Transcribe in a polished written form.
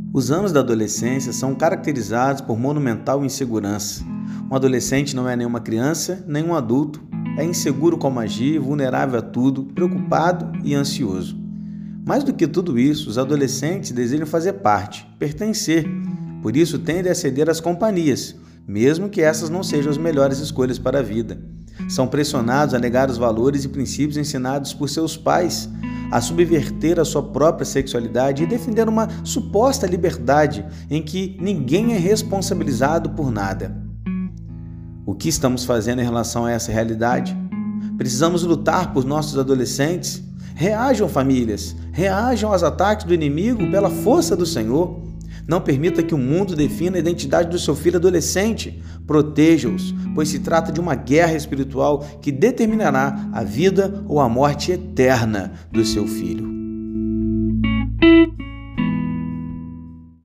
Os anos da adolescência são caracterizados por monumental insegurança. Um adolescente não é nem uma criança, nem um adulto. É inseguro como agir, vulnerável a tudo, preocupado e ansioso. Mais do que tudo isso, os adolescentes desejam fazer parte, pertencer. Por isso tendem a ceder às companhias, mesmo que essas não sejam as melhores escolhas para a vida. São pressionados a negar os valores e princípios ensinados por seus pais, a subverter a sua própria sexualidade e defender uma suposta liberdade em que ninguém é responsabilizado por nada. O que estamos fazendo em relação a essa realidade? Precisamos lutar por nossos adolescentes. Reajam, famílias, reajam aos ataques do inimigo pela força do Senhor. Não permita que o mundo defina a identidade do seu filho adolescente. Proteja-os, pois se trata de uma guerra espiritual que determinará a vida ou a morte eterna do seu filho.